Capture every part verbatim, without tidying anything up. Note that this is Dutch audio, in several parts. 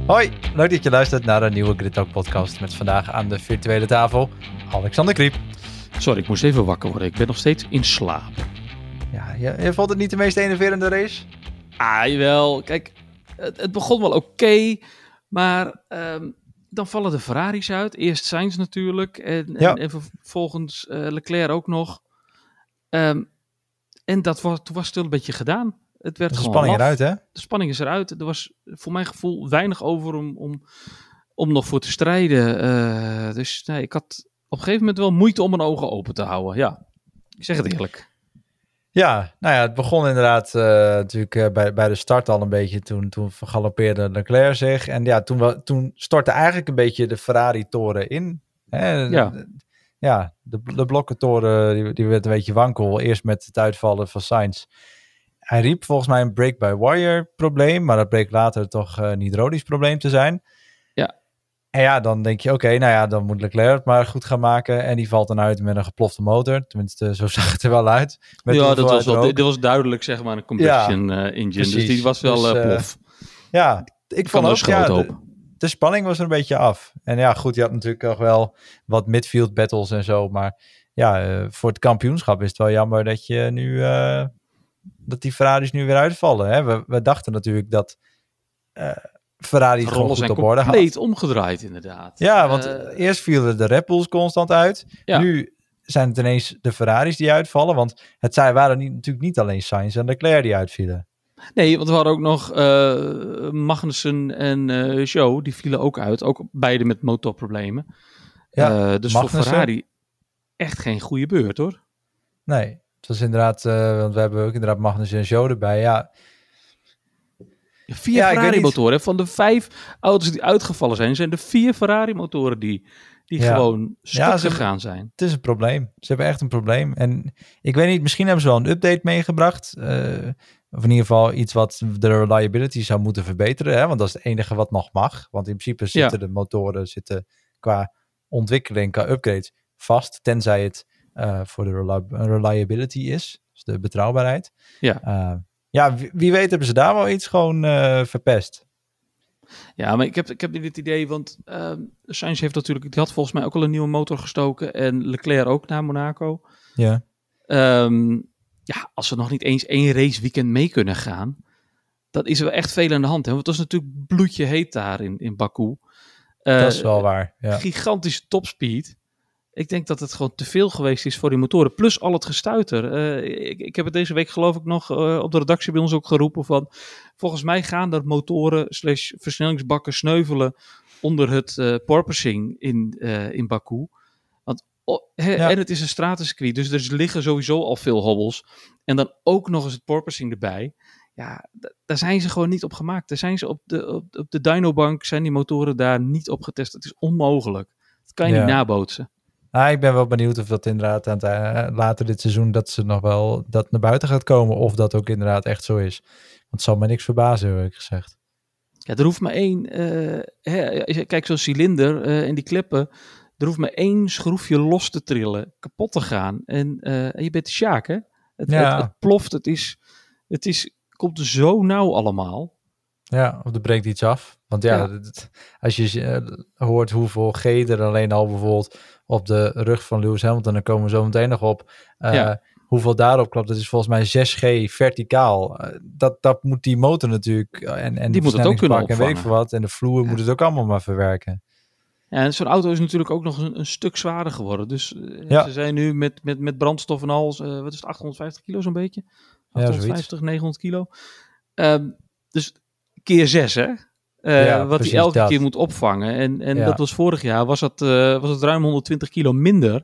Hoi, leuk dat je luistert naar een nieuwe Grid Talk podcast met vandaag aan de virtuele tafel Alexander Kriep. Sorry, ik moest even wakker worden. Ik ben nog steeds in slaap. Ja, je, je vond het niet de meest enerverende race? Ah, jawel. Kijk, het, het begon wel oké, okay, maar um, dan vallen de Ferraris uit. Eerst Sainz natuurlijk en, ja. en, en vervolgens uh, Leclerc ook nog. Um, en dat was, toen was het stil een beetje gedaan. Het werd de gewoon spanning laf. eruit, hè? De spanning is eruit. Er was voor mijn gevoel weinig over om, om, om nog voor te strijden. Uh, dus nee, ik had op een gegeven moment wel moeite om mijn ogen open te houden. Ja, ik zeg het eerlijk. Ja, nou ja, het begon inderdaad uh, natuurlijk uh, bij, bij de start al een beetje. Toen, toen vergalopeerde Leclerc zich. En ja, toen, we, toen stortte eigenlijk een beetje de Ferrari-toren in. Hè? Ja. De, ja, de, de blokkentoren die, die werd een beetje wankel. Eerst met het uitvallen van Sainz. Hij riep volgens mij een break-by-wire probleem, maar dat bleek later toch uh, een hydraulisch probleem te zijn. Ja. En ja, dan denk je, oké, okay, nou ja, dan moet Leclerc het maar goed gaan maken. En die valt dan uit met een geplofte motor. Tenminste, zo zag het er wel uit. Met ja, dat was, wel, dit was duidelijk, zeg maar, een combustion ja, uh, engine. Precies. Dus die was wel dus, uh, plof. Uh, ja, ik, ik vond ook, ja, de, de spanning was er een beetje af. En ja, goed, je had natuurlijk nog wel wat midfield battles en zo. Maar ja, uh, voor het kampioenschap is het wel jammer dat je nu... Uh, dat die Ferraris nu weer uitvallen. Hè? We, we dachten natuurlijk dat uh, Ferrari het gewoon goed op orde had. Compleet omgedraaid, inderdaad. Ja, want uh, eerst vielen de Red Bulls constant uit. Ja. Nu zijn het ineens de Ferraris die uitvallen. Want het zijn, waren niet, natuurlijk niet alleen Sainz en Leclerc die uitvielen. Nee, want we hadden ook nog uh, Magnussen en uh, Zhou. Die vielen ook uit. Ook beide met motorproblemen. Ja, uh, dus Magnussen, voor Ferrari echt geen goede beurt, hoor. Nee. Het was inderdaad, uh, want we hebben ook inderdaad Magnussen en Zhou erbij, ja. Vier ja, Ferrari-motoren. Van de vijf auto's die uitgevallen zijn, zijn er vier Ferrari-motoren die, die ja. gewoon stuk ja, gegaan zijn. Het is een probleem. Ze hebben echt een probleem. En ik weet niet, misschien hebben ze wel een update meegebracht. Uh, of in ieder geval iets wat de reliability zou moeten verbeteren. Hè? Want dat is het enige wat nog mag. Want in principe zitten ja. de motoren zitten qua ontwikkeling, qua upgrades vast. Tenzij het Uh, voor de reli- reliability is. Dus de betrouwbaarheid. Ja, uh, ja wie, wie weet hebben ze daar wel iets gewoon uh, verpest. Ja, maar ik heb, ik heb niet het idee, want uh, Sainz heeft natuurlijk, die had volgens mij ook al een nieuwe motor gestoken en Leclerc ook naar Monaco. Ja. Um, ja, als we nog niet eens één raceweekend mee kunnen gaan, dat is wel echt veel aan de hand. Hè? Want het was natuurlijk bloedje heet daar in, in Baku. Uh, dat is wel waar, ja. Gigantische topspeed. Ik denk dat het gewoon te veel geweest is voor die motoren. Plus al het gestuiter. Uh, ik, ik heb het deze week geloof ik nog uh, op de redactie bij ons ook geroepen van... Volgens mij gaan er motoren slash versnellingsbakken sneuvelen onder het uh, porpoising in, uh, in Baku. Want, oh, he, ja. En het is een stratencircuit, dus er liggen sowieso al veel hobbels. En dan ook nog eens het porpoising erbij. Ja, d- daar zijn ze gewoon niet op gemaakt. Daar zijn ze op de, op, op de dynobank zijn die motoren daar niet op getest. Het is onmogelijk. Dat kan je ja. niet nabootsen. Ah, ik ben wel benieuwd of dat inderdaad aan het, uh, later dit seizoen dat ze nog wel dat naar buiten gaat komen. Of dat ook inderdaad echt zo is. Want het zal me niks verbazen, heb ik gezegd. Ja, er hoeft maar één... Uh, hè, kijk, zo'n cilinder uh, en die klippen. Er hoeft maar één schroefje los te trillen. Kapot te gaan. En uh, je bent de sjaak, hè? Het, ja. het, het ploft. Het is... Het is komt zo nauw allemaal. Ja, of er breekt iets af. Want ja, ja. Het, als je uh, hoort hoeveel G er alleen al bijvoorbeeld op de rug van Lewis Hamilton, dan komen we zo meteen nog op. Uh, ja. Hoeveel daarop klopt, dat is volgens mij zes G verticaal. Uh, dat, dat moet die motor natuurlijk. Uh, en, en die moet het ook kunnen opvangen. En weet ik veel wat. En de vloer ja. moet het ook allemaal maar verwerken. Ja, en zo'n auto is natuurlijk ook nog een, een stuk zwaarder geworden. Dus uh, ja. ze zijn nu met, met, met brandstof en al, uh, wat is het, achthonderdvijftig kilo zo'n beetje? achthonderdvijftig, ja, negenhonderd kilo. Um, dus keer zes, hè? Uh, ja, wat hij elke dat. keer moet opvangen. En, en ja. dat was vorig jaar, was het, uh, was het ruim honderdtwintig kilo minder.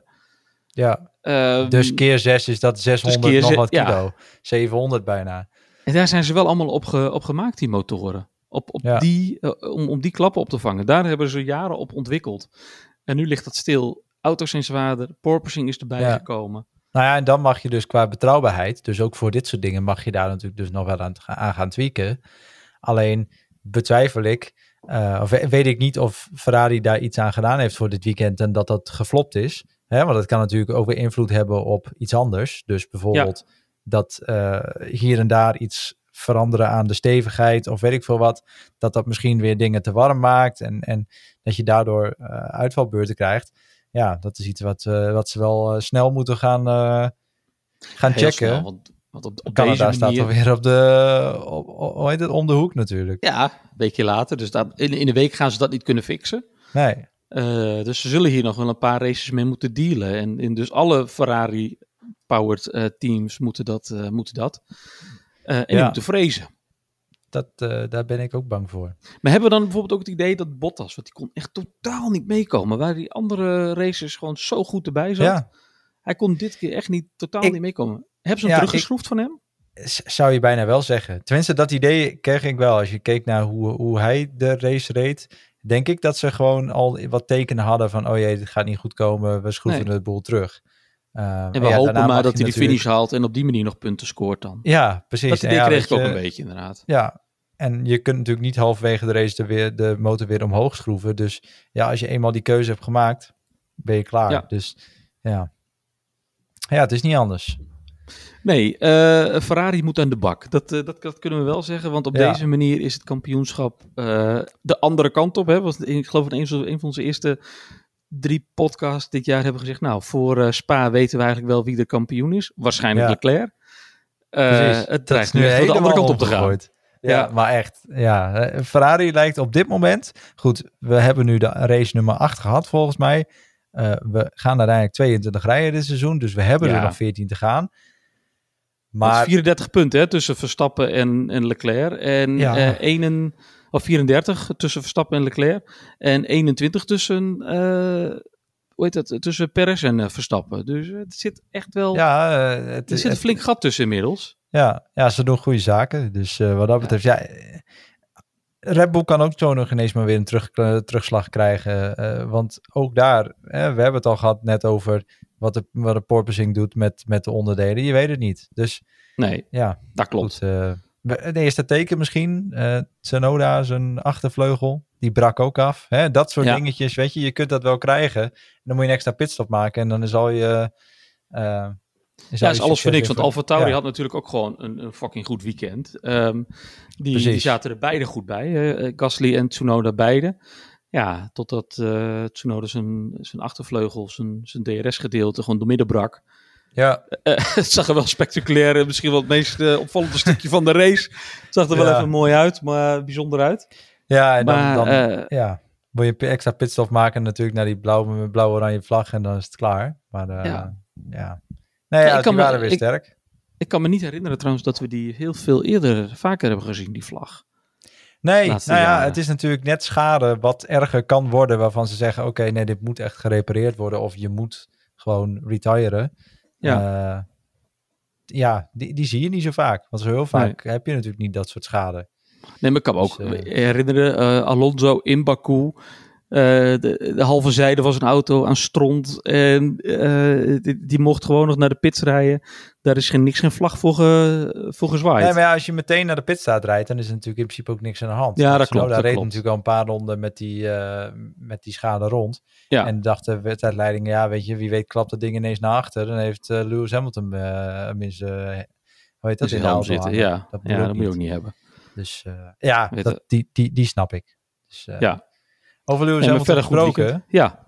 Ja, um, dus keer zes is dat zeshonderd dus nog ze- wat kilo. Ja. zevenhonderd bijna. En daar zijn ze wel allemaal op, ge, op gemaakt, die motoren. Op, op ja. die, uh, om, om die klappen op te vangen. Daar hebben ze jaren op ontwikkeld. En nu ligt dat stil. Auto's zijn zwaarder, porpoising is erbij ja. gekomen. Nou ja, en dan mag je dus qua betrouwbaarheid, dus ook voor dit soort dingen mag je daar natuurlijk dus nog wel aan, aan gaan tweaken. Alleen betwijfel ik, uh, of weet ik niet of Ferrari daar iets aan gedaan heeft voor dit weekend en dat dat geflopt is. Hè? Want dat kan natuurlijk ook weer invloed hebben op iets anders. Dus bijvoorbeeld ja. dat uh, hier en daar iets veranderen aan de stevigheid of weet ik veel wat, dat dat misschien weer dingen te warm maakt en, en dat je daardoor uh, uitvalbeurten krijgt. Ja, dat is iets wat, uh, wat ze wel uh, snel moeten gaan, uh, gaan Heel checken. Snel, want, want op, op Canada deze manier... staat alweer op de, op, op, hoe heet het, om de hoek natuurlijk. Ja, een weekje later. Dus dat, in, in de week gaan ze dat niet kunnen fixen. Nee. Uh, dus ze zullen hier nog wel een paar races mee moeten dealen. En, en dus alle Ferrari-powered uh, teams moeten dat. Uh, moeten dat. Uh, en ja. die moeten vrezen. Dat, uh, daar ben ik ook bang voor. Maar hebben we dan bijvoorbeeld ook het idee dat Bottas, want die kon echt totaal niet meekomen, waar die andere races gewoon zo goed erbij zat. Ja. Hij kon dit keer echt niet, totaal ik, niet meekomen. Hebben ze hem ja, teruggeschroefd ik, van hem? Zou je bijna wel zeggen. Tenminste, dat idee kreeg ik wel. Als je keek naar hoe, hoe hij de race reed, denk ik dat ze gewoon al wat tekenen hadden van, oh jee, dit gaat niet goed komen, we schroeven nee. de boel terug. Uh, en we ja, hopen maar dat hij de finish haalt en op die manier nog punten scoort dan. Ja, precies. Dat idee ja, kreeg ik je, ook een beetje inderdaad. Ja, en je kunt natuurlijk niet halverwege de race de, weer, de motor weer omhoog schroeven. Dus ja, als je eenmaal die keuze hebt gemaakt, ben je klaar. Ja. Dus ja. Ja, het is niet anders. Nee, uh, Ferrari moet aan de bak. Dat, uh, dat, dat kunnen we wel zeggen, want op ja. deze manier is het kampioenschap uh, de andere kant op. Hè? Want ik geloof dat een, een van onze eerste drie podcasts dit jaar hebben gezegd, nou, voor uh, Spa weten we eigenlijk wel wie de kampioen is. Waarschijnlijk ja. Leclerc. Uh, het dreigt nu echt de andere kant op te gaan. Ja, ja, maar echt. Ja, Ferrari lijkt op dit moment... Goed, we hebben nu de race nummer acht gehad volgens mij. Uh, we gaan uiteindelijk tweeëntwintig rijden dit seizoen. Dus we hebben ja. er nog veertien te gaan. Maar vierendertig punten hè, tussen Verstappen en, en Leclerc. En ja. uh, enen, of vierendertig tussen Verstappen en Leclerc. En eenentwintig tussen... Uh, hoe heet dat? Tussen Perez en uh, Verstappen. Dus uh, het zit echt wel... Ja, uh, het, er zit een flink gat tussen inmiddels. Ja, ja, ze doen goede zaken. Dus uh, wat dat betreft, ja. ja, Red Bull kan ook zo nog ineens maar weer een terug, uh, terugslag krijgen. Uh, want ook daar, uh, we hebben het al gehad net over wat de, wat de porpoising doet met, met de onderdelen. Je weet het niet. Dus nee, ja, dat klopt. Goed, uh, het eerste teken misschien, uh, Tsunoda, zijn achtervleugel, die brak ook af. Hè? Dat soort ja. dingetjes, weet je, je kunt dat wel krijgen. En dan moet je een extra pitstop maken en dan is al je... Uh, Is ja, is alles voor niks. Want AlphaTauri ja. had natuurlijk ook gewoon een, een fucking goed weekend. Um, die, die zaten er beide goed bij. Uh, Gasly en Tsunoda beide. Ja, totdat uh, Tsunoda zijn, zijn achtervleugel, zijn, zijn D R S-gedeelte gewoon doormidden brak. Ja. Uh, het zag er wel spectaculair, misschien wel het meest uh, opvallende stukje van de race. Het zag er wel ja. even mooi uit, maar bijzonder uit. Ja, en dan, maar, dan uh, ja. wil je extra pitstop maken natuurlijk naar die blauwe, blauwe-oranje vlag en dan is het klaar. Maar uh, ja... ja. Nee, ja, ja, die waren me, weer ik, sterk. Ik kan me niet herinneren trouwens dat we die heel veel eerder, vaker hebben gezien, die vlag. Nee, nou ja, jaren. Het is natuurlijk net schade wat erger kan worden, waarvan ze zeggen, oké, okay, nee, dit moet echt gerepareerd worden of je moet gewoon retiren. Ja, uh, ja die, die zie je niet zo vaak, want zo heel vaak nee. heb je natuurlijk niet dat soort schade. Nee, maar ik kan me dus, ook uh, herinneren, uh, Alonso in Baku... Uh, de, de halve zijde was een auto aan stront en uh, die, die mocht gewoon nog naar de pits rijden. Daar is geen, niks geen vlag voor, ge, voor gezwaaid. Nee, maar ja, als je meteen naar de pitstraat rijdt, dan is er natuurlijk in principe ook niks aan de hand. Ja, dat klopt. Daar reed klopt. natuurlijk al een paar ronden met die, uh, met die schade rond. Ja. En dacht de wedstrijdleiding, ja, weet je, wie weet klapt dat ding ineens naar achter. Dan heeft uh, Lewis Hamilton uh, minstens, uh, hoe heet dat, in de auto zitten. Hangen. Ja, dat, ja, dat moet je ook niet hebben. Dus uh, ja, dat, die, die, die snap ik. Dus, uh, ja. Over Lewis Hamilton gesproken. Ja.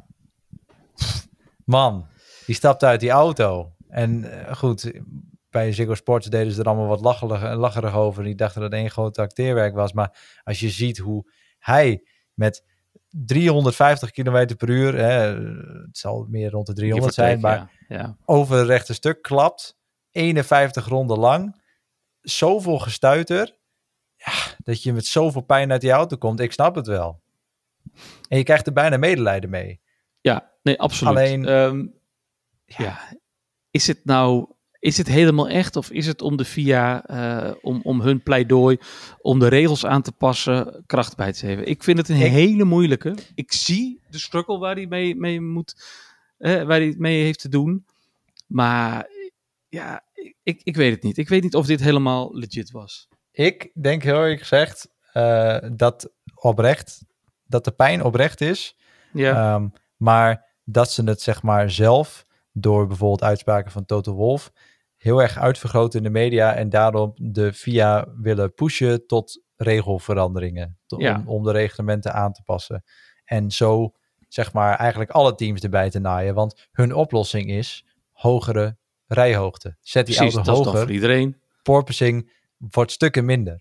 Man, die stapte uit die auto. En uh, goed, bij Ziggo Sports deden ze er allemaal wat lacherig, lacherig over. Die dachten dat het één groot acteerwerk was. Maar als je ziet hoe hij met driehonderdvijftig kilometer per uur... Hè, het zal meer rond de driehonderd zijn, maar ja, ja. over het rechte stuk klapt. eenenvijftig ronden lang. Zoveel gestuiter. Ja, dat je met zoveel pijn uit die auto komt. Ik snap het wel. En je krijgt er bijna medelijden mee. Ja, nee, absoluut. Alleen, um, ja. ja, is het nou, is het helemaal echt of is het om de F I A, uh, om, om hun pleidooi, om de regels aan te passen, kracht bij te geven? Ik vind het een ik, hele moeilijke. Ik zie de struggle waar hij mee, mee moet, uh, waar hij mee heeft te doen. Maar ja, ik, ik weet het niet. Ik weet niet of dit helemaal legit was. Ik denk heel eerlijk gezegd uh, dat oprecht... dat de pijn oprecht is, ja. um, maar dat ze het zeg maar zelf, door bijvoorbeeld uitspraken van Toto Wolff, heel erg uitvergroot in de media en daarom de F I A willen pushen tot regelveranderingen. To, Ja. om, om de reglementen aan te passen. En zo, zeg maar, eigenlijk alle teams erbij te naaien. Want hun oplossing is hogere rijhoogte. Zet die Precies, auto dat is hoger. dan voor iedereen. Porpoising wordt stukken minder.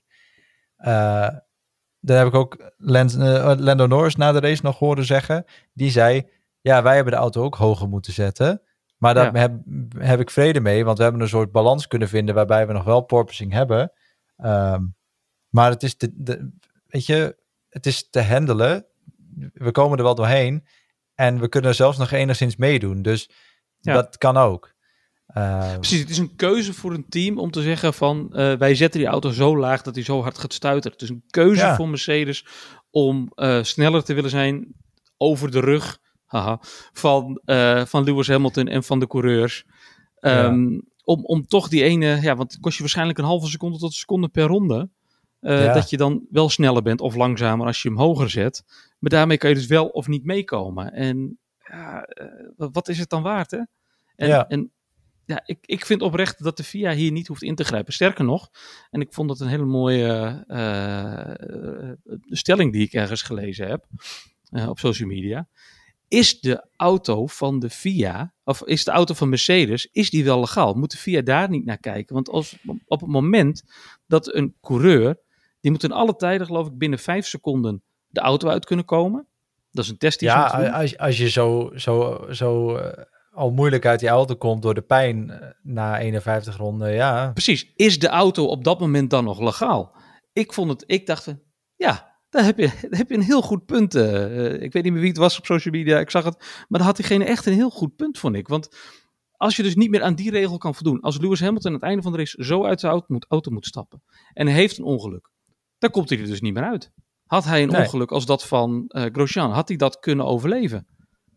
Uh, dan heb ik ook Lando, uh, Lando Norris na de race nog horen zeggen. Die zei, ja, wij hebben de auto ook hoger moeten zetten. Maar daar ja. heb, heb ik vrede mee, want we hebben een soort balans kunnen vinden waarbij we nog wel porpoising hebben. Um, maar het is, de, de, weet je, het is te handelen. We komen er wel doorheen en we kunnen zelfs nog enigszins meedoen. Dus ja. dat kan ook. Uh, Precies, het is een keuze voor een team om te zeggen van uh, wij zetten die auto zo laag dat hij zo hard gaat stuiteren. Het is een keuze ja. voor Mercedes om uh, sneller te willen zijn over de rug haha, van, uh, van Lewis Hamilton en van de coureurs. Um, ja. om, om toch die ene, ja, want het kost je waarschijnlijk een halve seconde tot een seconde per ronde. Uh, ja. Dat je dan wel sneller bent of langzamer als je hem hoger zet. Maar daarmee kan je dus wel of niet meekomen. En ja, uh, wat is het dan waard, hè? En, ja. en ja, ik, ik vind oprecht dat de F I A hier niet hoeft in te grijpen. Sterker nog, en ik vond dat een hele mooie uh, uh, stelling die ik ergens gelezen heb uh, op social media. Is de auto van de F I A, of is de auto van Mercedes, is die wel legaal? Moet de F I A daar niet naar kijken? Want als, op het moment dat een coureur, die moet in alle tijden, geloof ik, binnen vijf seconden de auto uit kunnen komen. Dat is een test die ja, ze moeten doen. Als, als je zo, zo, zo uh, al moeilijk uit die auto komt door de pijn uh, na eenenvijftig ronden, ja. Precies. Is de auto op dat moment dan nog legaal? Ik vond het, ik dacht, ja, daar heb je, daar heb je een heel goed punt. Uh, ik weet niet meer wie het was op social media, ik zag het. Maar daar had diegene echt een heel goed punt, vond ik. Want als je dus niet meer aan die regel kan voldoen. Als Lewis Hamilton aan het einde van de race zo uit zijn auto moet, auto moet stappen. En hij heeft een ongeluk. Dan komt hij er dus niet meer uit. Had hij een nee. ongeluk als dat van uh, Grosjean, had hij dat kunnen overleven?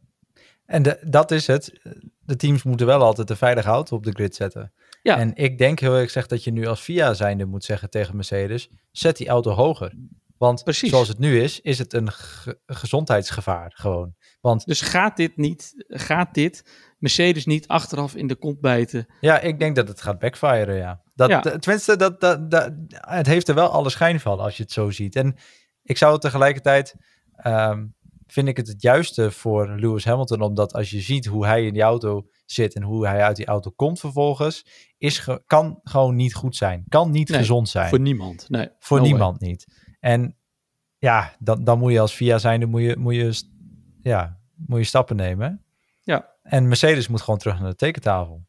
En de, dat is het. De teams moeten wel altijd een veilige auto op de grid zetten. Ja. En ik denk heel erg gezegd dat je nu als F I A zijnde moet zeggen tegen Mercedes, zet die auto hoger. Want Precies. zoals het nu is, is het een ge- gezondheidsgevaar gewoon. Want, dus gaat dit niet, gaat dit Mercedes niet achteraf in de kont bijten? Ja, ik denk dat het gaat backfiren, ja. Dat, ja. Tenminste, dat, dat, dat, het heeft er wel alle schijn van als je het zo ziet. En ik zou tegelijkertijd, um, vind ik het het juiste voor Lewis Hamilton, omdat als je ziet hoe hij in die auto zit en hoe hij uit die auto komt vervolgens, is ge- kan gewoon niet goed zijn. Kan niet nee, gezond zijn. Voor niemand, nee. Voor no niemand way. niet. En ja, dan, dan moet je als F I A zijnde, moet je, moet je, ja, moet je stappen nemen. Ja. En Mercedes moet gewoon terug naar de tekentafel.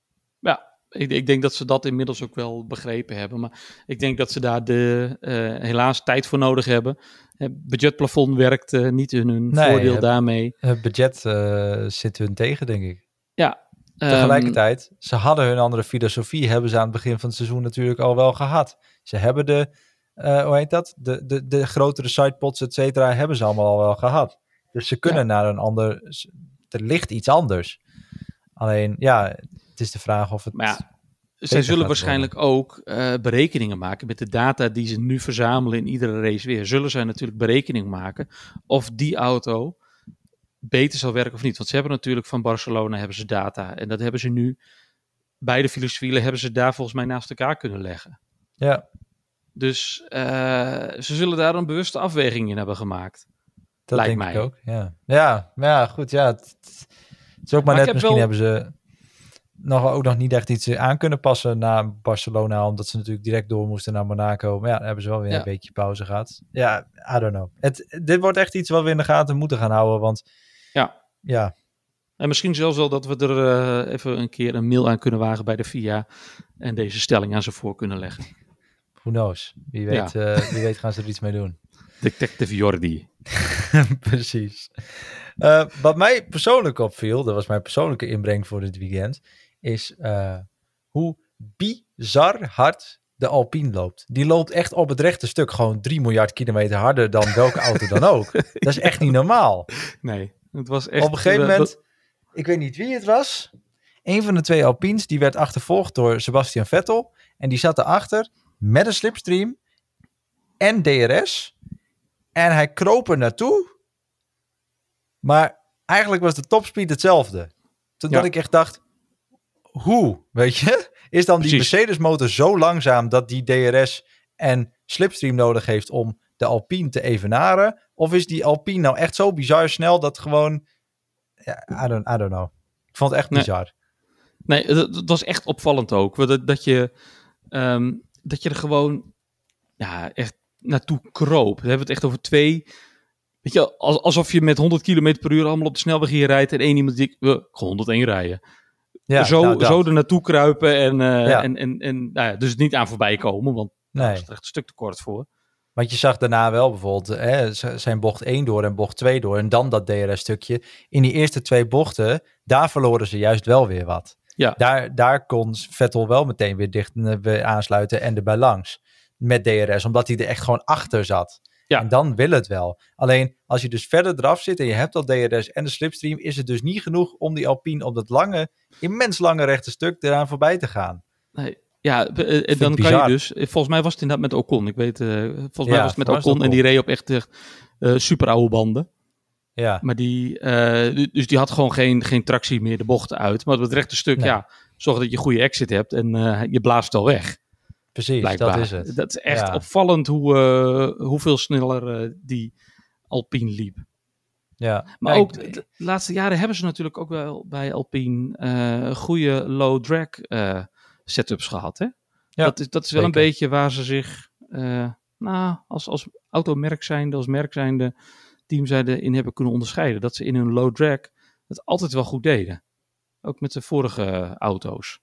Ja, ik, ik denk dat ze dat inmiddels ook wel begrepen hebben. Maar ik denk dat ze daar de, uh, helaas tijd voor nodig hebben. Het budgetplafond werkt uh, niet in hun nee, voordeel het, daarmee. Het budget uh, zit hun tegen, denk ik. Ja. Tegelijkertijd, um, ze hadden hun andere filosofie, hebben ze aan het begin van het seizoen natuurlijk al wel gehad. Ze hebben de, uh, hoe heet dat? De, de, de grotere sidepods, et cetera, hebben ze allemaal al wel gehad. Dus ze kunnen ja. naar een ander, er ligt iets anders. Alleen, ja, het is de vraag of het... Maar ja, zij zullen waarschijnlijk worden. ook uh, berekeningen maken met de data die ze nu verzamelen in iedere race weer. Zullen zij natuurlijk berekening maken of die auto beter zal werken of niet. Want ze hebben natuurlijk van Barcelona hebben ze data. En dat hebben ze nu, beide filosofieën hebben ze daar volgens mij naast elkaar kunnen leggen. Ja. Dus uh, ze zullen daar een bewuste afweging in hebben gemaakt. Dat Lijkt denk mij. ik ook, ja. Ja, ja goed, ja. Het, het is ook maar, maar net, misschien wel... hebben ze nog, ook nog niet echt iets aan kunnen passen na Barcelona, omdat ze natuurlijk direct door moesten naar Monaco. Maar ja, dan hebben ze wel weer ja. een beetje pauze gehad. Ja, I don't know. Het, dit wordt echt iets wat we in de gaten moeten gaan houden, want ja. ja. En misschien zelfs wel dat we er uh, even een keer een mail aan kunnen wagen bij de F I A en deze stelling aan ze voor kunnen leggen. Who knows? Wie weet, ja. uh, wie weet gaan ze er iets mee doen. Detective Jordi. Precies. Uh, wat mij persoonlijk opviel, dat was mijn persoonlijke inbreng voor dit weekend, is uh, hoe bizar hard de Alpine loopt. Die loopt echt op het rechte stuk gewoon drie miljard kilometer harder dan welke auto dan ook. Dat is echt niet normaal. Nee, het was echt... Op een gegeven moment, ik weet niet wie het was, een van de twee Alpines, die werd achtervolgd door Sebastian Vettel en die zat erachter met een slipstream en D R S en hij kroop er naartoe, maar eigenlijk was de topspeed hetzelfde. Totdat ja. ik echt dacht, hoe, weet je? Is dan die Precies. Mercedes motor zo langzaam dat die D R S en slipstream nodig heeft om de Alpine te evenaren? Of is die Alpine nou echt zo bizar snel dat gewoon... Ja, I don't, I don't know. Ik vond het echt Nee. bizar. Nee, dat, dat was echt opvallend ook. Dat, dat, je, um, dat je er gewoon ja, echt naartoe kroop. We hebben het echt over twee... Weet je, alsof je met honderd kilometer per uur allemaal op de snelweg hier rijdt en één iemand die ik uh, honderdéén rijden. Ja, zo, nou, zo er naartoe kruipen en, uh, ja. en, en, en nou ja, dus niet aan voorbij komen, want nee. daar is het echt een stuk te kort voor. Want je zag daarna wel bijvoorbeeld hè, zijn bocht één door en bocht twee door en dan dat D R S-stukje. In die eerste twee bochten, daar verloren ze juist wel weer wat. Ja. Daar, daar kon Vettel wel meteen weer dicht weer aansluiten en erbij langs met D R S, omdat hij er echt gewoon achter zat. Ja. En dan wil het wel. Alleen als je dus verder eraf zit en je hebt al D R S en de slipstream, is het dus niet genoeg om die Alpine op dat lange, immens lange rechte stuk eraan voorbij te gaan. Nee. Ja, uh, dan kan je dus... Volgens mij was het inderdaad met Ocon. Ik weet, uh, volgens ja, mij was het met Ocon, Ocon en die reed op echt uh, super oude banden. Ja. Maar die, uh, dus die had gewoon geen, geen tractie meer de bochten uit. Maar op het rechte stuk, nee. ja, zorg dat je goede exit hebt en uh, je blaast al weg. Precies, blijkbaar. Dat is het. Dat is echt ja. opvallend hoe, uh, hoeveel sneller uh, die Alpine liep. Ja. Maar ja, ook ik, de laatste jaren hebben ze natuurlijk ook wel bij Alpine uh, goede low drag uh, setups gehad. Hè? Ja, dat is, dat is wel zeker. Een beetje waar ze zich uh, nou, als, als automerk zijnde, als merk zijnde, team zijnde in hebben kunnen onderscheiden. Dat ze in hun low drag het altijd wel goed deden. Ook met de vorige uh, auto's.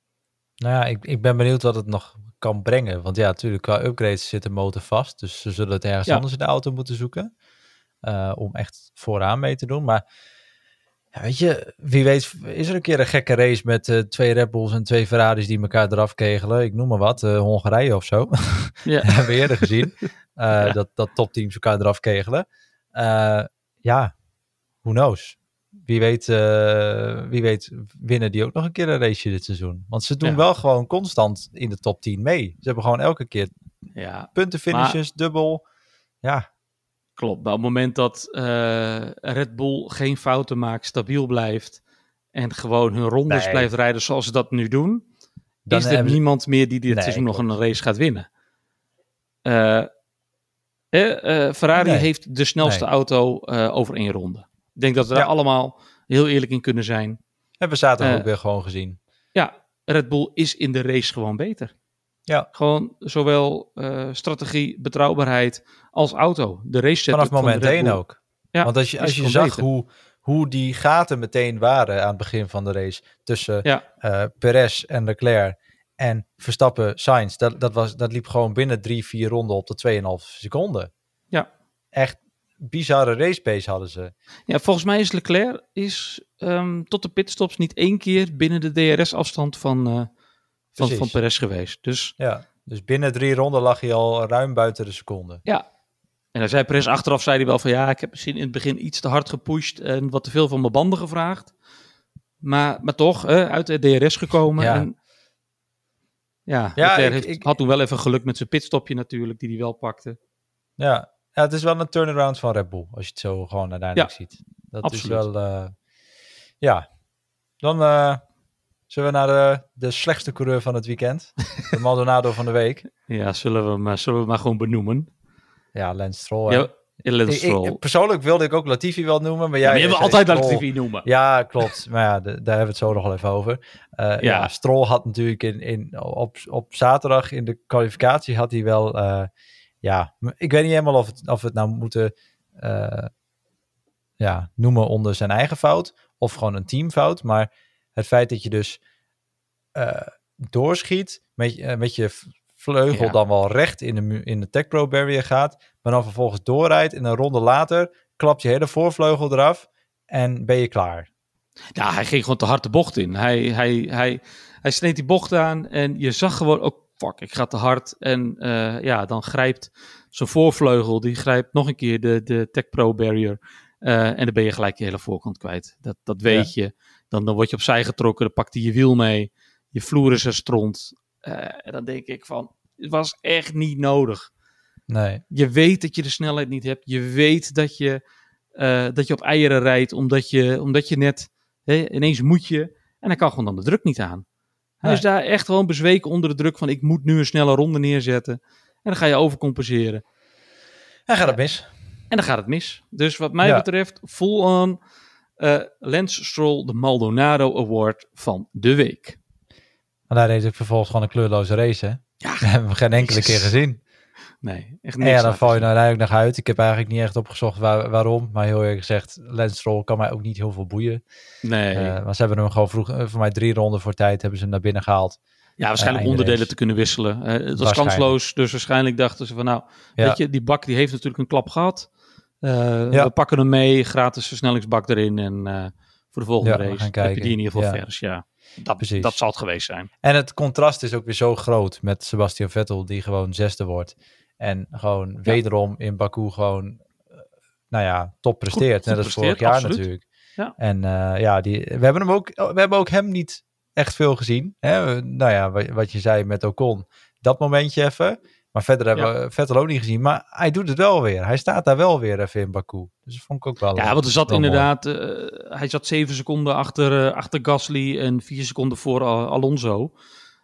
Nou ja, ik, ik ben benieuwd wat het nog kan brengen. Want ja, natuurlijk qua upgrades zit de motor vast. Dus ze zullen het ergens ja. anders in de auto moeten zoeken. Uh, om echt vooraan mee te doen. Maar ja, weet je, wie weet is er een keer een gekke race met uh, twee Red Bulls en twee Ferraris die elkaar eraf kegelen. Ik noem maar wat, uh, Hongarije of zo. Ja. Hebben we eerder gezien. Uh, ja. dat, dat topteams elkaar eraf kegelen. Uh, ja, who knows. Wie weet, uh, wie weet winnen die ook nog een keer een raceje dit seizoen. Want ze doen ja. wel gewoon constant in de top tien mee. Ze hebben gewoon elke keer ja. puntenfinishes, maar... dubbel. Ja. Klopt, maar op het moment dat uh, Red Bull geen fouten maakt, stabiel blijft en gewoon hun rondes nee. blijft rijden zoals ze dat nu doen, dan is er niemand ze... meer die dit nee, seizoen klopt. nog een race gaat winnen. Uh, eh, uh, Ferrari nee. heeft de snelste nee. auto uh, over één ronde. Ik denk dat we ja. daar allemaal heel eerlijk in kunnen zijn. Hebben we zaterdag uh, ook weer gewoon gezien. Ja, Red Bull is in de race gewoon beter. Ja. Gewoon zowel uh, strategie, betrouwbaarheid als auto. De race setup vanaf moment één Bull, ook. Ja, want als je, als je zag hoe, hoe die gaten meteen waren aan het begin van de race tussen ja. uh, Perez en Leclerc en Verstappen, Sainz, dat, dat, was, dat liep gewoon binnen drie, vier ronden op de twee komma vijf seconden. Ja. Echt bizarre race pace hadden ze. Ja, volgens mij is Leclerc is, um, tot de pitstops niet één keer binnen de D R S-afstand van... Uh, Van, van Perez geweest. Dus, ja, dus binnen drie ronden lag hij al ruim buiten de seconde. Ja, en dan zei Perez achteraf, zei hij wel van ja, ik heb misschien in het begin iets te hard gepusht en wat te veel van mijn banden gevraagd. Maar, maar toch, hè, uit de D R S gekomen. Ja, en, ja, ja ik, heeft, ik, had toen wel even geluk met zijn pitstopje natuurlijk, die hij wel pakte. Ja. ja, het is wel een turnaround van Red Bull, als je het zo gewoon uiteindelijk ja, ziet. Dat absoluut. is wel, uh, ja. Dan... Uh, Zullen we naar de, de slechtste coureur van het weekend? De Maldonado van de week. Ja, zullen we maar, zullen we maar gewoon benoemen. Ja, Lance Stroll. Ja, Lance Stroll. Ik, ik, persoonlijk wilde ik ook Latifi wel noemen. Maar jij, ja, maar je wil altijd Stroll. Latifi noemen. Ja, klopt. Maar ja, de, daar hebben we het zo nog wel even over. Uh, ja. ja, Stroll had natuurlijk in, in, op, op zaterdag in de kwalificatie had hij wel... Uh, ja, ik weet niet helemaal of, het, of we het nou moeten uh, ja, noemen onder zijn eigen fout. Of gewoon een teamfout. Maar het feit dat je dus uh, doorschiet met, uh, met je vleugel ja. dan wel recht in de, in de Tech Pro barrier gaat, maar dan vervolgens doorrijdt en een ronde later klapt je hele voorvleugel eraf en ben je klaar. Ja, hij ging gewoon te hard de bocht in. Hij, hij, hij, hij sneed die bocht aan en je zag gewoon, oh fuck, ik ga te hard. En uh, ja, dan grijpt zo'n voorvleugel, die grijpt nog een keer de, de Tech Pro barrier. Uh, en dan ben je gelijk je hele voorkant kwijt. Dat, dat weet ja. je. Dan, dan word je opzij getrokken, dan pakt hij je wiel mee. Je vloer is er stront. Uh, en dan denk ik van, het was echt niet nodig. Nee. Je weet dat je de snelheid niet hebt. Je weet dat je, uh, dat je op eieren rijdt, omdat je, omdat je net, hè, ineens moet je. En hij kan gewoon dan de druk niet aan. Hij Nee. is daar echt gewoon bezweken onder de druk van ik moet nu een snelle ronde neerzetten. En dan ga je overcompenseren. En gaat het mis. En dan gaat het mis. Dus wat mij Ja. betreft, full on uh, Lance Stroll de Maldonado Award van de week. Maar daar reed ik vervolgens gewoon een kleurloze race, hè? Ja, We hebben hem geen enkele Jezus. keer gezien. Nee, echt En niks. ja, dan laten val je zien. nou eigenlijk nog uit. Ik heb eigenlijk niet echt opgezocht waar, waarom. Maar heel eerlijk gezegd, Lance Stroll kan mij ook niet heel veel boeien. Nee. Uh, maar ze hebben hem gewoon vroeg, uh, voor mij drie ronden voor tijd, hebben ze hem naar binnen gehaald. Ja, waarschijnlijk uh, onderdelen race. te kunnen wisselen. Uh, het was kansloos, dus waarschijnlijk dachten ze van nou, Ja. weet je, die bak die heeft natuurlijk een klap gehad. Uh, Ja. We pakken hem mee, gratis versnellingsbak erin en uh, voor de volgende Ja, we race gaan heb je kijken. die in ieder geval Ja. vers. Ja, dat, Precies. dat zal het geweest zijn. En het contrast is ook weer zo groot met Sebastian Vettel, die gewoon zesde wordt. En gewoon ja. wederom in Baku gewoon, uh, nou ja, top presteert. Net als vorig jaar absoluut. natuurlijk. Ja. En uh, ja, die, we, hebben hem ook, we hebben ook hem niet echt veel gezien. Hè? Nou ja, wat, wat je zei met Ocon, dat momentje even. Maar verder hebben ja. we Vettel ook niet gezien. Maar hij doet het wel weer. Hij staat daar wel weer even in Baku. Dus dat vond ik ook wel. Ja, want er zat wel inderdaad, uh, hij zat zeven seconden achter, uh, achter Gasly en vier seconden voor Al- Alonso.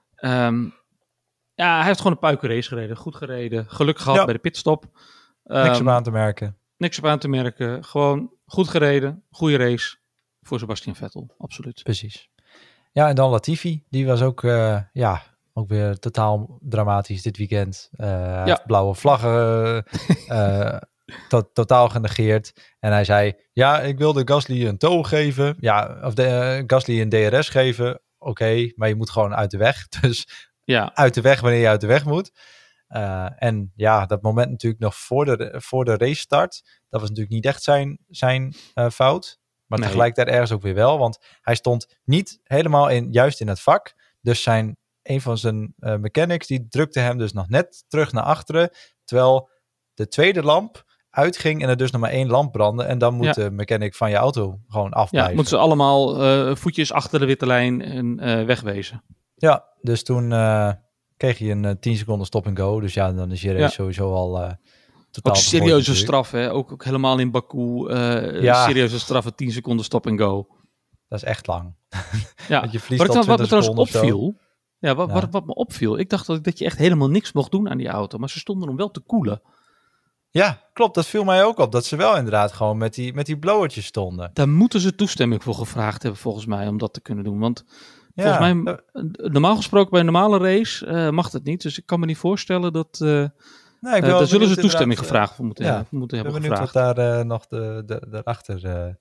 Um, ja, hij heeft gewoon een puikenrace gereden. Goed gereden. Geluk gehad ja. bij de pitstop. Um, niks op aan te merken. Niks op aan te merken. Gewoon goed gereden. Goede race voor Sebastian Vettel. Absoluut. Precies. Ja, en dan Latifi. Die was ook, uh, ja, ook weer totaal dramatisch dit weekend. Uh, hij ja. blauwe vlaggen uh, to- totaal genegeerd. En hij zei, ja, ik wilde Gasly een tow geven. Ja, of de, uh, Gasly een D R S geven. Oké, okay, maar je moet gewoon uit de weg. Dus ja. uit de weg wanneer je uit de weg moet. Uh, en ja, dat moment natuurlijk nog voor de, voor de race start. Dat was natuurlijk niet echt zijn, zijn uh, fout. Maar nee. tegelijkertijd ergens ook weer wel. Want hij stond niet helemaal in, juist in het vak. Dus zijn, een van zijn uh, mechanics, die drukte hem dus nog net terug naar achteren. Terwijl de tweede lamp uitging en er dus nog maar één lamp brandde. En dan moet ja. de mechanic van je auto gewoon afblijven. Ja, moeten ze allemaal uh, voetjes achter de witte lijn en uh, wegwezen. Ja, dus toen uh, kreeg je een uh, tien seconden stop and go. Dus ja, dan is je race ja. sowieso al uh, totaal... Ook serieuze straf, hè? Ook, ook helemaal in Baku. Uh, ja. Serieuze straffen, tien seconden stop and go. Dat is echt lang. Ja, Want je vliegt wat, al wat me trouwens opviel... Ja, wat, ja. Wat, wat me opviel... Ik dacht dat, dat je echt helemaal niks mocht doen aan die auto. Maar ze stonden om wel te koelen. Ja, klopt. Dat viel mij ook op. Dat ze wel inderdaad gewoon met die, met die blowertjes stonden. Daar moeten ze toestemming voor gevraagd hebben, volgens mij, om dat te kunnen doen. Want ja. volgens mij, normaal gesproken bij een normale race uh, mag het niet. Dus ik kan me niet voorstellen dat... Uh, nee, ik uh, daar zullen ze toestemming gevraagd voor moeten, ja, moeten hebben gevraagd. Ik ben benieuwd wat daar uh, nog de, de, de achter, uh,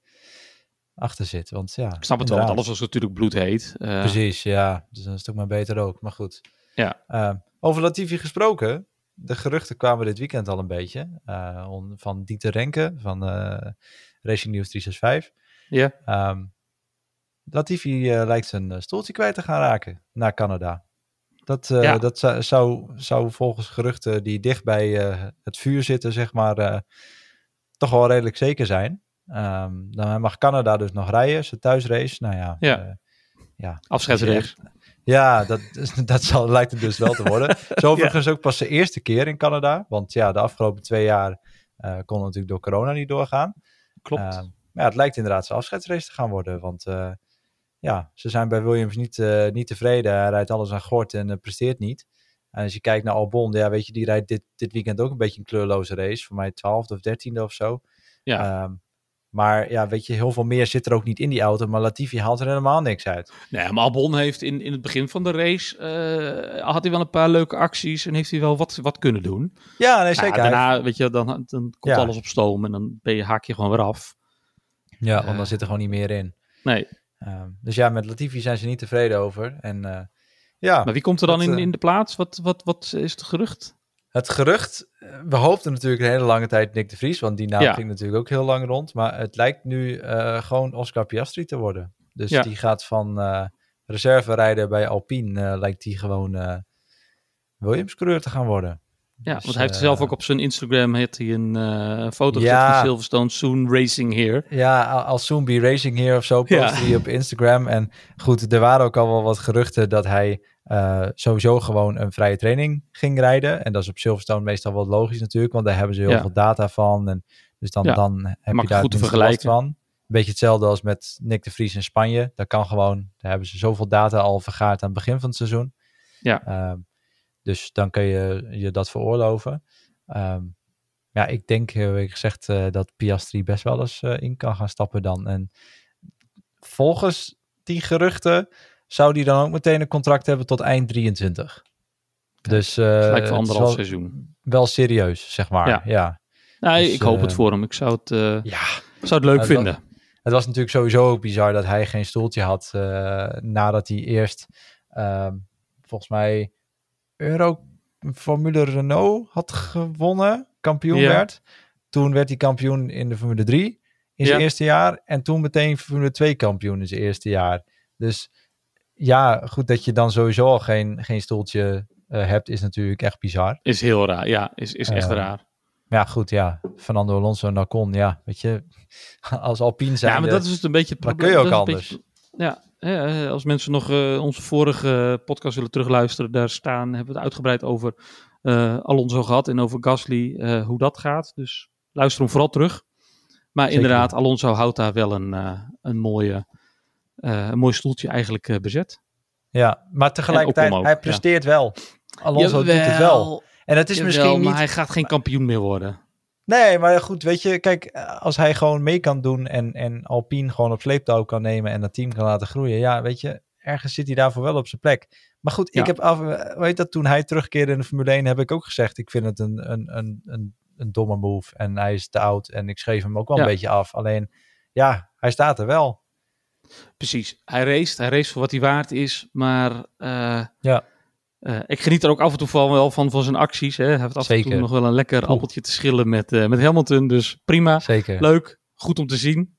achter zit. Want ja, ik snap het wel, want alles was natuurlijk bloedheet. Uh, Precies, ja. Dus dan is het ook maar beter ook. Maar goed. Ja. Uh, over Latifi gesproken... De geruchten kwamen dit weekend al een beetje. Uh, on, van Dieter Renke van uh, Racing News driehonderdzesenzestig. Ja. Um, Latifi uh, lijkt zijn stoeltje kwijt te gaan raken naar Canada. Dat, uh, ja. dat zou, zou, zou volgens geruchten die dicht bij uh, het vuur zitten, zeg maar, uh, toch wel redelijk zeker zijn. Um, dan mag Canada dus nog rijden, zijn thuisrace. Nou ja. Ja. Uh, ja. Afscheidsrace. Ja, dat, dat zal, lijkt het dus wel te worden. Zo overigens ja. ook pas de eerste keer in Canada. Want ja, de afgelopen twee jaar uh, kon natuurlijk door corona niet doorgaan. Klopt. Uh, maar ja, het lijkt inderdaad zijn afscheidsrace te gaan worden. Want uh, ja, ze zijn bij Williams niet, uh, niet tevreden. Hij rijdt alles aan gort en uh, presteert niet. En als je kijkt naar Albon, ja, weet je, die rijdt dit, dit weekend ook een beetje een kleurloze race. Voor mij twaalfde of dertiende of zo. Ja. Um, Maar ja, weet je, heel veel meer zit er ook niet in die auto. Maar Latifi haalt er helemaal niks uit. Nee, maar Albon heeft in, in het begin van de race... Uh, had hij wel een paar leuke acties en heeft hij wel wat, wat kunnen doen. Ja, nee, zeker. Nou, daarna, weet je, dan, dan komt ja. alles op stoom en dan ben je, haak je gewoon weer af. Ja, want dan uh, zit er gewoon niet meer in. Nee. Uh, dus ja, met Latifi zijn ze niet tevreden over. En, uh, ja, maar wie komt er dan dat, in, uh, in de plaats? Wat, wat, wat is het gerucht? Het gerucht, we hoopten natuurlijk een hele lange tijd Nick de Vries, want die naam ja. ging natuurlijk ook heel lang rond. Maar het lijkt nu uh, gewoon Oscar Piastri te worden. Dus ja. die gaat van uh, reserve rijden bij Alpine, uh, lijkt die gewoon uh, Williams-coureur te gaan worden. Ja, dus, want hij heeft uh, zelf ook op zijn Instagram heeft hij een uh, foto gezet ja. van Silverstone, soon racing here. Ja, I'll soon be racing here of zo, postte ja. hij op Instagram. En goed, er waren ook al wel wat geruchten dat hij uh, sowieso gewoon een vrije training ging rijden. En dat is op Silverstone meestal wel logisch natuurlijk, want daar hebben ze heel ja. veel data van. En dus dan, ja. dan heb Mag je daar goed te vergelijken van. beetje hetzelfde als met Nick de Vries in Spanje. Dat kan gewoon. Daar hebben ze zoveel data al vergaard aan het begin van het seizoen. Ja. Um, dus dan kun je je dat veroorloven. Um, ja, ik denk, uh, ik gezegd, uh, dat Piastri best wel eens uh, in kan gaan stappen dan. En volgens die geruchten zou die dan ook meteen een contract hebben tot eind drieëntwintig. Ja, dus uh, gelijk voor anderhalf wel, seizoen. Wel serieus, zeg maar. Ja. ja. Nee, dus, ik hoop uh, het voor hem. Ik zou het, uh, ja. zou het leuk het vinden. Was, het was natuurlijk sowieso ook bizar dat hij geen stoeltje had uh, nadat hij eerst uh, volgens mij Euro Formule Renault had gewonnen, kampioen ja. werd. Toen werd hij kampioen in de Formule drie in zijn ja. eerste jaar en toen meteen Formule twee kampioen in zijn eerste jaar. Dus ja, goed dat je dan sowieso al geen, geen stoeltje uh, hebt, is natuurlijk echt bizar. Is heel raar, ja, is, is echt uh, raar. Ja, goed, ja. Fernando Alonso en Ocon, ja, weet je, als Alpine zijn. Ja, maar dat is het een beetje het probleem. Dan kun je ook anders. Beetje, ja, ja, als mensen nog uh, onze vorige podcast willen terugluisteren, daar staan, hebben we het uitgebreid over uh, Alonso gehad en over Gasly, uh, hoe dat gaat. Dus luister hem vooral terug. Maar Zeker. Inderdaad, Alonso houdt daar wel een, uh, een, mooie, uh, een mooi stoeltje eigenlijk uh, bezet. Ja, maar tegelijkertijd, hij presteert ja. wel. Alonso Jawel. doet het wel. En het is Jawel, misschien niet... maar hij gaat geen kampioen meer worden. Nee, maar goed, weet je, kijk, als hij gewoon mee kan doen en, en Alpine gewoon op sleeptouw kan nemen en dat team kan laten groeien, ja, weet je, ergens zit hij daarvoor wel op zijn plek. Maar goed, ja. ik heb af, weet dat, toen hij terugkeerde in de Formule één heb ik ook gezegd, ik vind het een, een, een, een, een domme move en hij is te oud en ik schreef hem ook wel ja. een beetje af. Alleen, ja, hij staat er wel. Precies, hij race, hij race voor wat hij waard is, maar uh, ja. Uh, ik geniet er ook af en toe van, wel van, van zijn acties. Hè. Hij heeft af Zeker. en toe nog wel een lekker cool. appeltje te schillen met, uh, met Hamilton. Dus prima, Zeker. leuk, goed om te zien.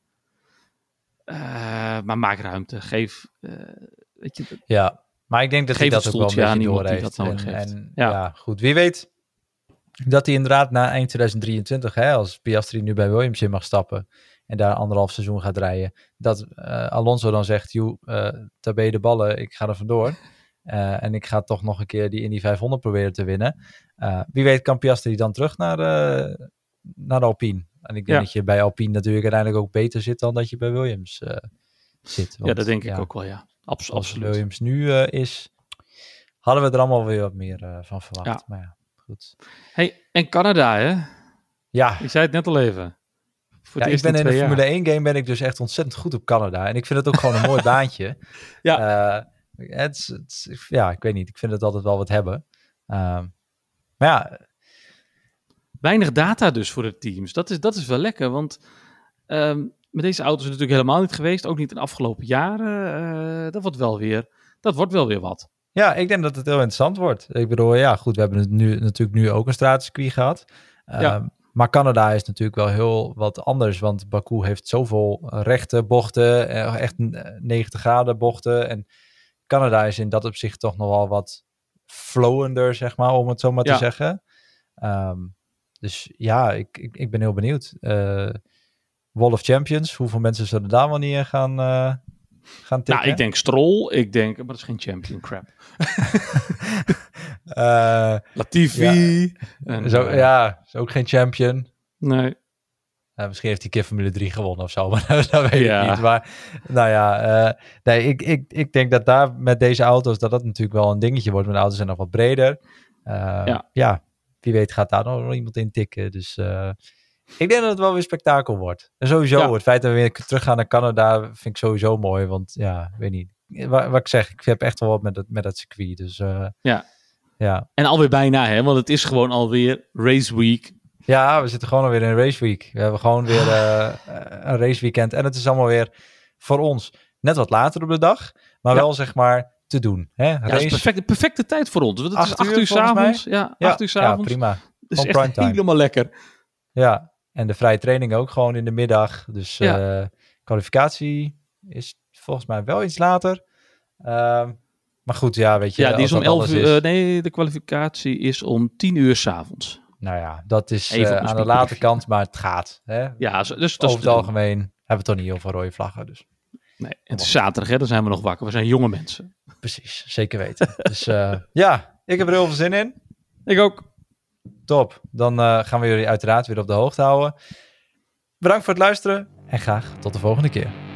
Uh, maar maak ruimte, geef... Uh, weet je, ja, maar ik denk dat hij dat ook wel een beetje door heeft. En, en ja. ja, goed, wie weet dat hij inderdaad na eind tweeduizend drieëntwintig, hè, als Piastri nu bij Williams in mag stappen en daar anderhalf seizoen gaat rijden, dat uh, Alonso dan zegt, joh, uh, tabé de ballen, ik ga er vandoor. Uh, en ik ga toch nog een keer die Indy vijfhonderd proberen te winnen. Uh, wie weet kan Piastri dan terug naar, uh, naar Alpine. En ik denk ja. dat je bij Alpine natuurlijk uiteindelijk ook beter zit dan dat je bij Williams uh, zit. Want, ja, dat denk ik ja, ook wel, ja. Abs- als absoluut. Williams nu uh, is, hadden we er allemaal weer wat meer uh, van verwacht. Ja. Maar ja, goed. Hey, en Canada, hè? Ja. Ik zei het net al even. Ja, ik ben in de Formule één game ben ik dus echt ontzettend goed op Canada. En ik vind het ook gewoon een mooi baantje. Ja. Uh, Het is, het is, ja, ik weet niet. Ik vind het altijd wel wat hebben. Um, maar ja. Weinig data dus voor de teams. Dat is, dat is wel lekker, want um, met deze auto's is het natuurlijk helemaal niet geweest. Ook niet in de afgelopen jaren. Uh, dat wordt wel weer, dat wordt wel weer wat. Ja, ik denk dat het heel interessant wordt. Ik bedoel, ja, goed. We hebben het nu, natuurlijk nu ook een straatcircuit gehad. Um, ja. Maar Canada is natuurlijk wel heel wat anders. Want Baku heeft zoveel rechte bochten. Echt negentig graden bochten. En Canada is in dat opzicht toch nog wel wat flowender, zeg maar, om het zo maar ja. te zeggen. Um, dus ja, ik, ik, ik ben heel benieuwd. Uh, Wall of Champions, hoeveel mensen zullen daar wel niet in gaan, uh, gaan tikken? Nou, ik denk Stroll, ik denk, maar dat is geen champion crap. uh, Latifi. Ja, en, zo, uh, ja, is ook geen champion. Nee. Uh, misschien heeft hij keer Formule drie gewonnen of zo, maar dat weet ja. ik niet. Maar nou ja, uh, nee, ik, ik, ik denk dat daar met deze auto's, dat dat natuurlijk wel een dingetje wordt. Want de auto's zijn nog wat breder. Uh, ja. ja, wie weet gaat daar nog iemand in tikken. Dus uh, ik denk dat het wel weer spektakel wordt. En sowieso, ja. het feit dat we weer terug gaan naar Canada vind ik sowieso mooi. Want ja, weet niet. Wat, wat ik zeg, ik heb echt wel wat met dat, met dat circuit. Dus uh, ja. ja. En alweer bijna, hè? Want het is gewoon alweer race week. Ja, we zitten gewoon alweer in een raceweek. We hebben gewoon weer uh, een raceweekend. En het is allemaal weer voor ons net wat later op de dag. Maar ja. wel zeg maar te doen. Hè? Ja, dat is perfect, perfecte tijd voor ons. Want het is acht uur s'avonds. Ja, ja, acht uur s'avonds. Ja, prima. Dat is echt helemaal lekker. Ja, en de vrije training ook gewoon in de middag. Dus ja. uh, kwalificatie is volgens mij wel iets later. Uh, maar goed, ja, weet je. Ja, die is om elf uur. Uh, nee, de kwalificatie is om tien uur s'avonds. Nou ja, dat is uh, aan de late kant, maar het gaat. Hè? Ja, dus over het algemeen hebben we toch niet heel veel rode vlaggen. Dus. Nee, het is zaterdag, hè? Dan zijn we nog wakker. We zijn jonge mensen. Precies, zeker weten. Dus uh, ja, ik heb er heel veel zin in. Ik ook. Top, dan uh, gaan we jullie uiteraard weer op de hoogte houden. Bedankt voor het luisteren En graag tot de volgende keer.